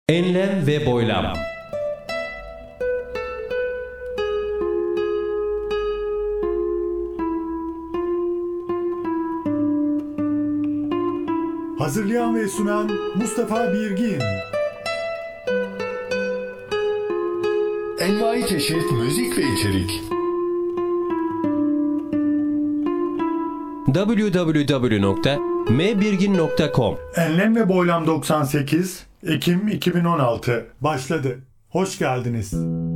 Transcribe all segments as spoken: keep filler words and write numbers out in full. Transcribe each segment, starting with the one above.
Enlem ve boylam. Hazırlayan ve sunan Mustafa Birgin. Envai çeşit müzik ve içerik. double-u double-u double-u nokta m birgin nokta com Enlem ve Boylam doksan sekiz Ekim iki bin on altı başladı. Hoş geldiniz.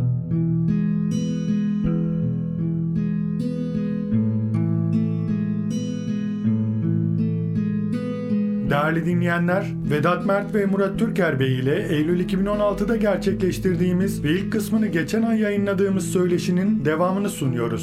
Değerli dinleyenler, Vedat Mert ve Murat Türker Bey ile Eylül iki bin on altıda gerçekleştirdiğimiz ve ilk kısmını geçen ay yayınladığımız söyleşinin devamını sunuyoruz.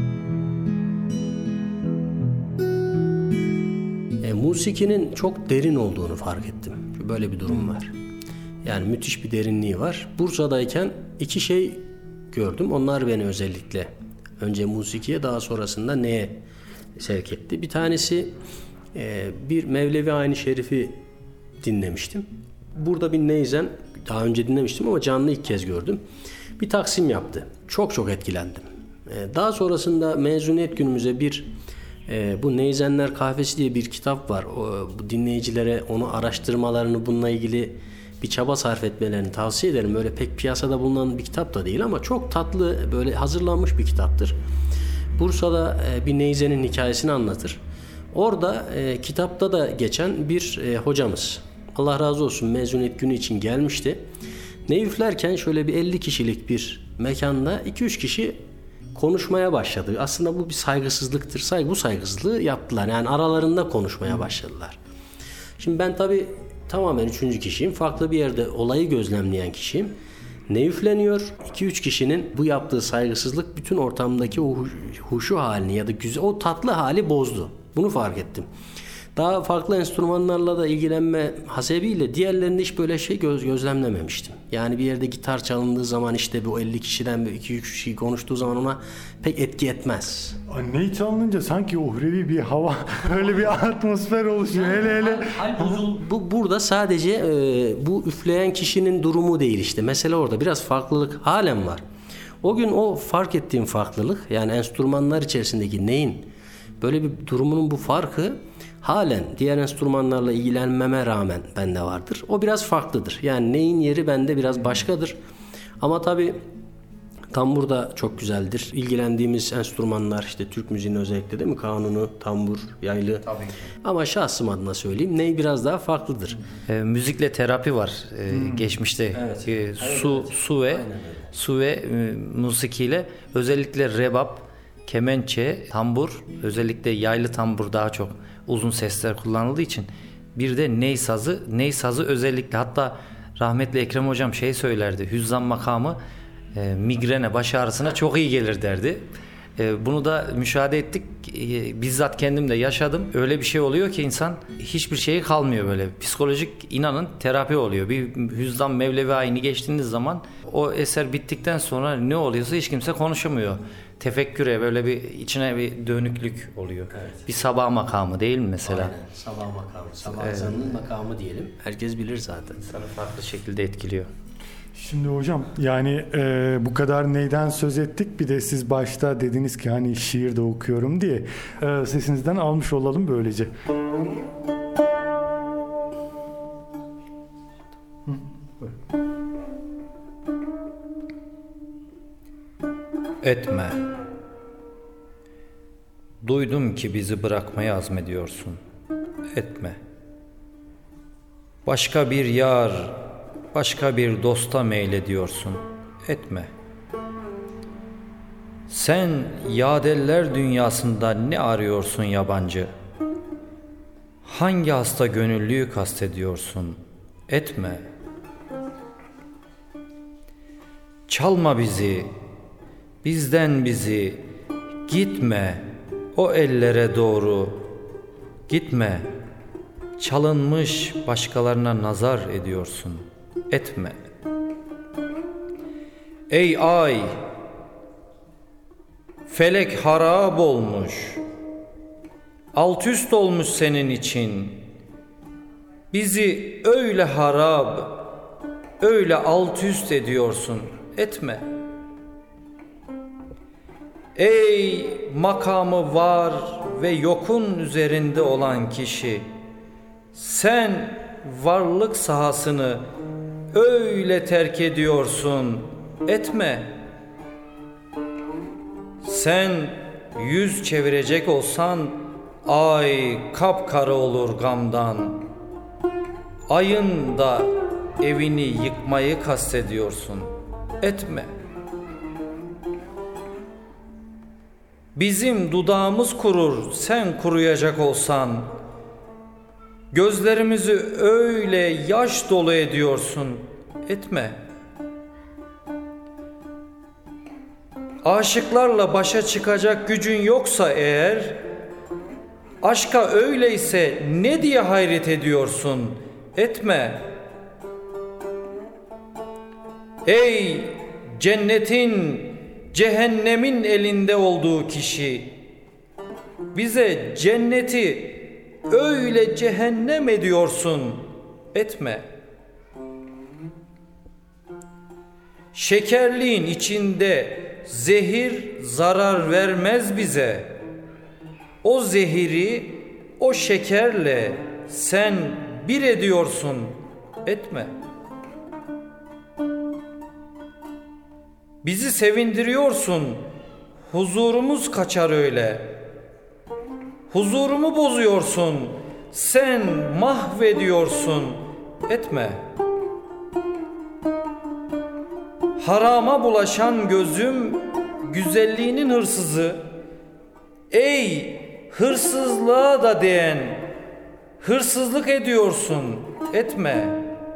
E, musikinin çok derin olduğunu fark ettim. Böyle bir durum var. Yani müthiş bir derinliği var. Bursa'dayken iki şey gördüm. Onlar beni özellikle önce musikiye, daha sonrasında neye sevk etti. Bir tanesi e, bir Mevlevi Ayni Şerif'i dinlemiştim. Burada bir neyzen daha önce dinlemiştim ama canlı ilk kez gördüm. Bir taksim yaptı. Çok çok etkilendim. E, daha sonrasında mezuniyet günümüze bir e, bu Neyzenler Kahvesi diye bir kitap var. O, bu dinleyicilere onu araştırmalarını, bununla ilgili bir çaba sarf etmelerini tavsiye ederim. Böyle pek piyasada bulunan bir kitap da değil ama çok tatlı, böyle hazırlanmış bir kitaptır. Bursa'da e, bir neyzenin hikayesini anlatır. Orada e, kitapta da geçen bir e, hocamız, Allah razı olsun, mezuniyet günü için gelmişti. Ne üflerken şöyle bir elli kişilik bir mekanda iki üç kişi konuşmaya başladı. Aslında bu bir saygısızlıktır. Saygı, bu saygısızlığı yaptılar. Yani aralarında konuşmaya başladılar. Şimdi ben tabii tamamen üçüncü kişiyim. Farklı bir yerde olayı gözlemleyen kişiyim. Ne üfleniyor? iki üç kişinin bu yaptığı saygısızlık bütün ortamdaki o huşu halini ya da güzel, o tatlı hali bozdu. Bunu fark ettim. Daha farklı enstrümanlarla da ilgilenme hasebiyle diğerlerinde hiç böyle şey göz, gözlemlememiştim. Yani bir yerde gitar çalındığı zaman işte bu elli kişiden iki üç kişi konuştuğu zaman ona pek etki etmez. Neyi çalınınca sanki uhrevi bir hava, öyle bir atmosfer oluşuyor. Yani, hele hele. Bu, bu burada sadece e, bu üfleyen kişinin durumu değil işte. Mesele orada biraz farklılık halen var. O gün o fark ettiğim farklılık, yani enstrümanlar içerisindeki neyin böyle bir durumunun bu farkı halen diğer enstrümanlarla ilgilenmeme rağmen bende vardır. O biraz farklıdır. Yani neyin yeri bende biraz başkadır. Ama tabii tambur da çok güzeldir. İlgilendiğimiz enstrümanlar işte Türk müziğinin özellikle değil mi? Kanunu, tambur, yaylı. Tabii ki. Ama şahsım adına söyleyeyim, ney biraz daha farklıdır. E, müzikle terapi var e, hmm. geçmişte. Evet. E, su evet. su ve su ve e, musikiyle özellikle rebap, kemençe, tambur, özellikle yaylı tambur daha çok uzun sesler kullanıldığı için, bir de ney sazı, ney sazı özellikle, hatta rahmetli Ekrem hocam şey söylerdi, hüzzam makamı e, migrene, baş ağrısına çok iyi gelir derdi. E, bunu da müşahede ettik, e, bizzat kendim de yaşadım. Öyle bir şey oluyor ki insan hiçbir şeye kalmıyor böyle. Psikolojik, inanın, terapi oluyor. Bir hüzzam Mevlevi ayini geçtiğiniz zaman o eser bittikten sonra ne oluyorsa hiç kimse konuşamıyor. Tefekküre, böyle bir içine bir dönüklük oluyor. Evet. Bir sabah makamı değil mi mesela? Aynen, sabah makamı. Sabah evet. Ezanının makamı diyelim. Herkes bilir zaten. Sana farklı şekilde etkiliyor. Şimdi hocam, yani e, bu kadar neyden söz ettik, bir de siz başta dediniz ki hani şiir de okuyorum diye, e, sesinizden almış olalım böylece. Etme. Duydum ki bizi bırakmaya azmediyorsun. Etme. Başka bir yar, başka bir dosta meylediyorsun. Etme. Sen yadeller dünyasında ne arıyorsun yabancı? Hangi hasta gönüllüyü kastediyorsun? Etme. Çalma bizi, bizden bizi, gitme o ellere doğru, gitme. Çalınmış başkalarına nazar ediyorsun. Etme. Ey ay, felek harap olmuş, alt üst olmuş senin için. Bizi öyle harap, öyle alt üst ediyorsun, etme. Ey makamı var ve yokun üzerinde olan kişi, sen varlık sahasını öyle terk ediyorsun, etme. Sen yüz çevirecek olsan ay kapkara olur gamdan. Ayın da evini yıkmayı kastediyorsun, etme. Bizim dudağımız kurur sen kuruyacak olsan. Gözlerimizi öyle yaş dolu ediyorsun, etme. Aşıklarla başa çıkacak gücün yoksa eğer, aşka öyleyse ne diye hayret ediyorsun, etme. Ey cennetin, cehennemin elinde olduğu kişi, bize cenneti öyle cehennem ediyorsun, etme. Şekerliğin içinde zehir zarar vermez bize. O zehiri o şekerle sen bir ediyorsun, etme. Bizi sevindiriyorsun, huzurumuz kaçar öyle. Huzurumu bozuyorsun, sen mahvediyorsun, etme. Harama bulaşan gözüm güzelliğinin hırsızı. Ey hırsızlığa da değen, hırsızlık ediyorsun, etme.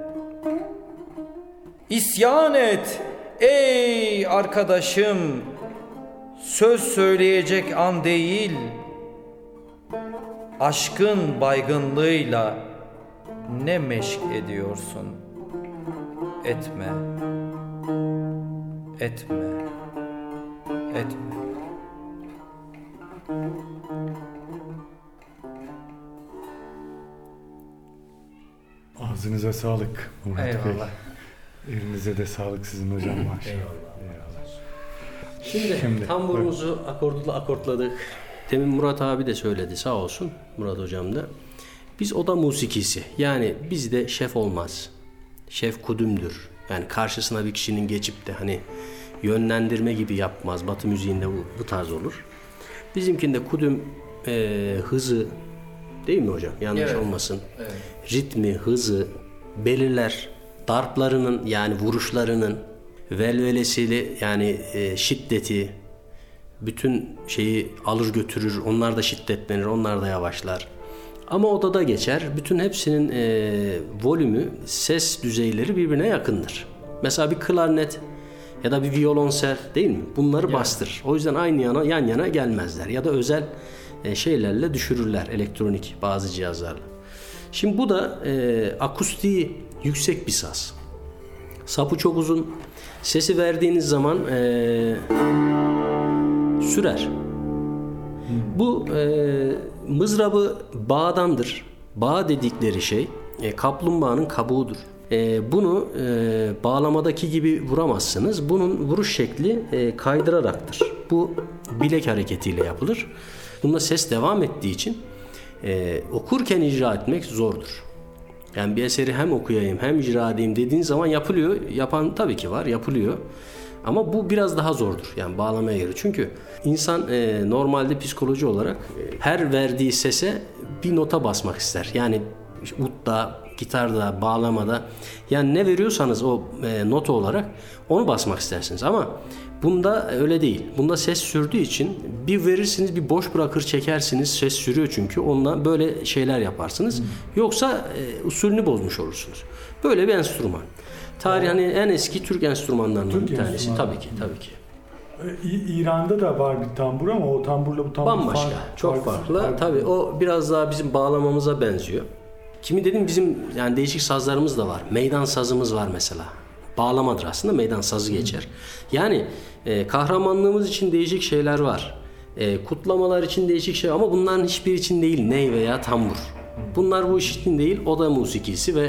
İsyan et ey arkadaşım, söz söyleyecek an değil. Aşkın baygınlığıyla ne meşk ediyorsun, etme. Etme, etme. Ağzınıza sağlık Murat Bey. Eyvallah. Elinize de sağlık sizin hocam maşallah. Eyvallah. Eyvallah. Şimdi, Şimdi tamburumuzu akordla akortladık. Demin Murat abi de söyledi sağ olsun, Murat hocam da. Biz oda musikisi, yani bizde şef olmaz. Şef kudümdür. Yani karşısına bir kişinin geçip de hani yönlendirme gibi yapmaz. Batı müziğinde bu, bu tarz olur. Bizimkinde kudüm e, hızı, değil mi hocam? Yanlış evet. olmasın. Evet. Ritmi, hızı belirler. Darplarının, yani vuruşlarının velvelesiyle, yani e, şiddeti, bütün şeyi alır götürür. Onlar da şiddetlenir, onlar da yavaşlar. Ama odada geçer. Bütün hepsinin e, volümü, ses düzeyleri birbirine yakındır. Mesela bir klarnet ya da bir violonsel, değil mi? Bunları yani bastırır. O yüzden aynı yana, yan yana gelmezler. Ya da özel e, şeylerle düşürürler, elektronik bazı cihazlarla. Şimdi bu da e, akustiği yüksek bir saz. Sapı çok uzun. Sesi verdiğiniz zaman e, sürer. Bu e, mızrabı bağdandır. Bağ dedikleri şey e, kaplumbağanın kabuğudur. E, bunu e, bağlamadaki gibi vuramazsınız. Bunun vuruş şekli e, kaydıraraktır. Bu bilek hareketiyle yapılır. Bunda ses devam ettiği için e, okurken icra etmek zordur. Yani bir eseri hem okuyayım hem icra edeyim dediğin zaman yapılıyor. Yapan tabii ki var, yapılıyor. Ama bu biraz daha zordur. Yani bağlamaya göre. Çünkü insan e, normalde psikoloji olarak e, her verdiği sese bir nota basmak ister. Yani utta, gitarda, bağlamada, yani ne veriyorsanız o e, nota olarak onu basmak istersiniz. Ama bunda öyle değil. Bunda ses sürdüğü için bir verirsiniz, bir boş bırakır çekersiniz. Ses sürüyor çünkü. Onunla böyle şeyler yaparsınız. Hmm. Yoksa e, usulünü bozmuş olursunuz. Böyle bir enstrüman. Tarih hani en eski Türk enstrümanlarından Türk bir tanesi. Enstrüman. Tabii ki, tabii ki. İran'da da var bir tambur ama o tamburla bu tambur bambaşka, farklı, çok farklı. farklı. Tabii o biraz daha bizim bağlamamıza benziyor. Kimi dedim bizim yani değişik sazlarımız da var. Meydan sazımız var mesela. Bağlamadır aslında, meydan sazı geçer. Hmm. Yani e, kahramanlığımız için değişik şeyler var. E, kutlamalar için değişik şey ama bunların hiçbir için değil ney veya tambur. Hmm. Bunlar bu iş için değil, oda musikisi ve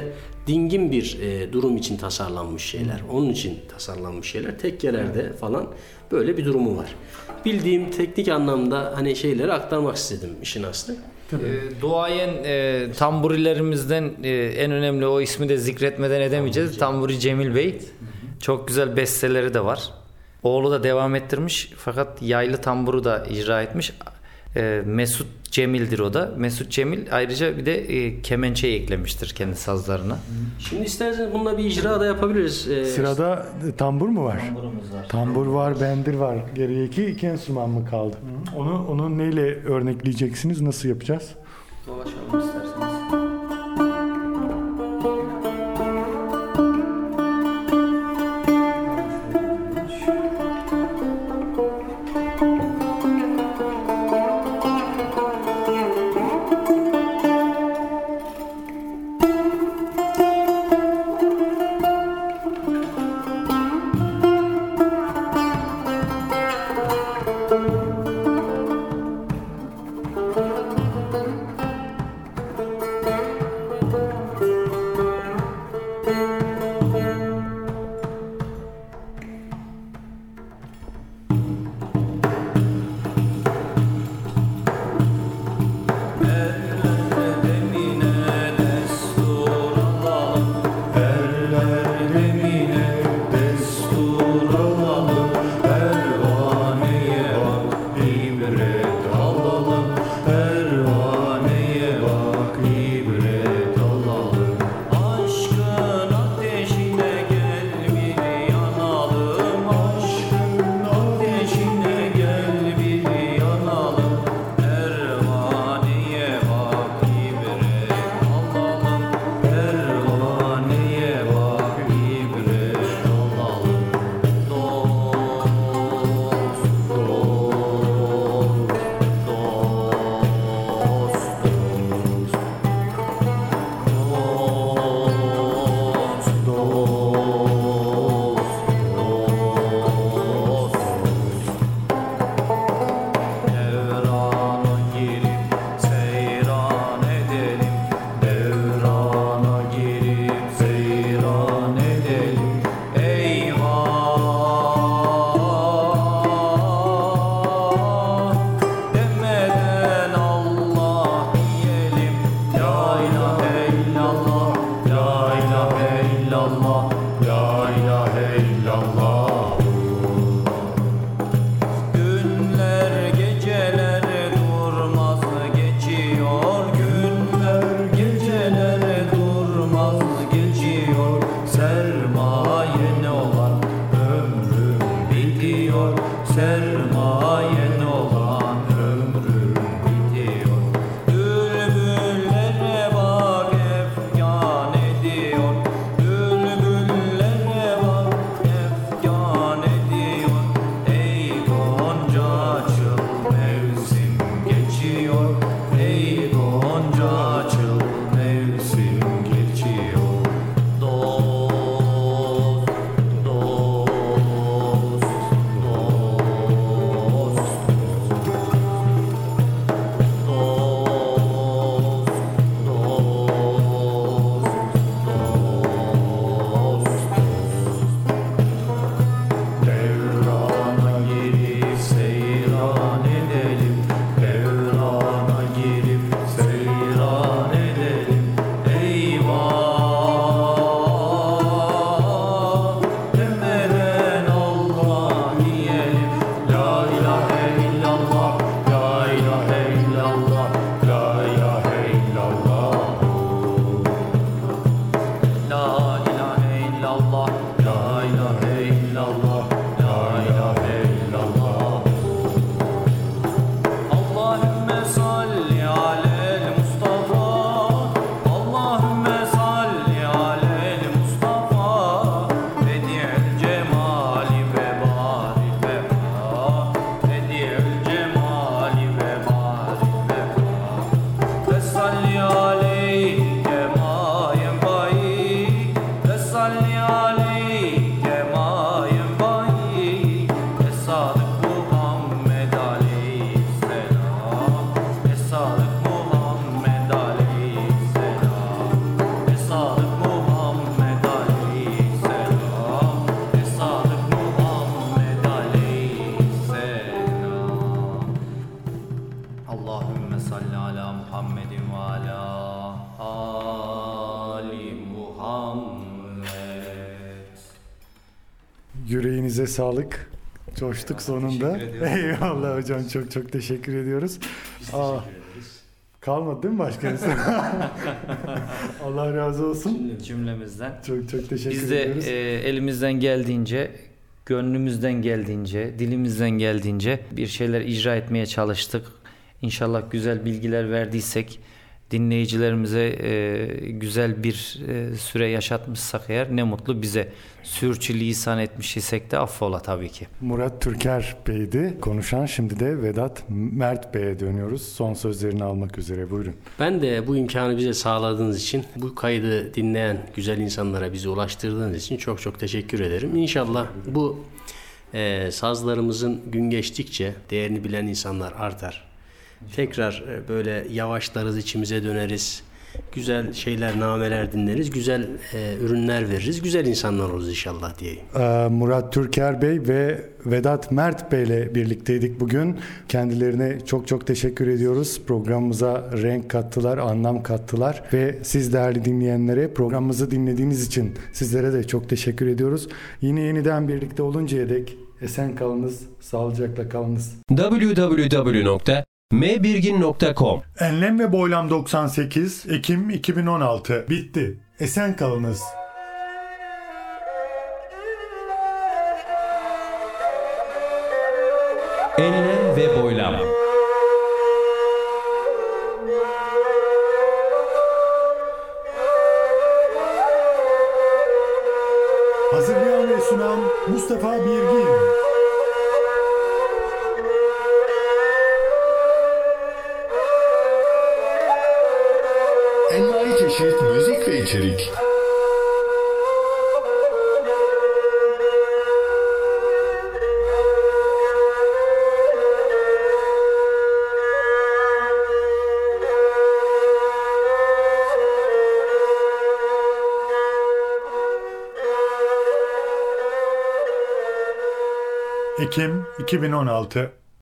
dingin bir e, durum için tasarlanmış şeyler. Onun için tasarlanmış şeyler. Tekkelerde falan böyle bir durumu var. Bildiğim teknik anlamda hani şeyleri aktarmak istedim işin aslı. E, duayen e, tamburilerimizden e, en önemli, o ismi de zikretmeden edemeyeceğiz. Tamburi Cemil Bey. Çok güzel besteleri de var. Oğlu da devam ettirmiş fakat yaylı tamburu da icra etmiş. E, Mesut Cemil'dir o da. Mesut Cemil ayrıca bir de e, kemençeyi eklemiştir kendi sazlarına. Şimdi isterseniz bununla bir icra da yapabiliriz. Ee, Sırada tambur mu var? Tamburumuz var. Tambur var, bendir var. Geriye iki, iki enstrüman mı kaldı? Onu onu neyle örnekleyeceksiniz? Nasıl yapacağız? Dolaşalım isterseniz. Salli aleyhi ma yenfai ve salli aleyhi Yüreğinize sağlık. Coştuk sonunda. Eyvallah hocam, çok çok teşekkür ediyoruz. Biz Aa, teşekkür ederiz. Kalmadı değil mi başka insan? Allah razı olsun. Cümlemizden. Çok çok teşekkür Biz de ediyoruz. e, elimizden geldiğince, gönlümüzden geldiğince, dilimizden geldiğince bir şeyler icra etmeye çalıştık. İnşallah güzel bilgiler verdiysek, dinleyicilerimize e, güzel bir e, süre yaşatmışsak eğer ne mutlu bize. Sürçülisan etmiş isek de affola tabii ki. Murat Türker Bey'di konuşan. Şimdi de Vedat Mert Bey'e dönüyoruz. Son sözlerini almak üzere. Buyurun. Ben de bu imkanı bize sağladığınız için, bu kaydı dinleyen güzel insanlara bizi ulaştırdığınız için çok çok teşekkür ederim. İnşallah bu e, sazlarımızın gün geçtikçe değerini bilen insanlar artar. Tekrar e, böyle yavaşlarız, içimize döneriz. Güzel şeyler, nameler dinleriz. Güzel e, ürünler veririz. Güzel insanlar oluruz inşallah diyeyim. Ee, Murat Türker Bey ve Vedat Mert Bey ile birlikteydik bugün. Kendilerine çok çok teşekkür ediyoruz. Programımıza renk kattılar, anlam kattılar ve siz değerli dinleyenlere programımızı dinlediğiniz için sizlere de çok teşekkür ediyoruz. Yine yeniden birlikte oluncaya dek esen kalınız, sağlıcakla kalınız. double-u double-u double-u nokta m birgin nokta com Enlem ve Boylam doksan sekiz Ekim iki bin on altı bitti. Esen kalınız. Enlem ve boylam. Hazırlayan ve sunan Mustafa Birgin. Envai çeşit müzik ve içerik. Ekim iki bin on altı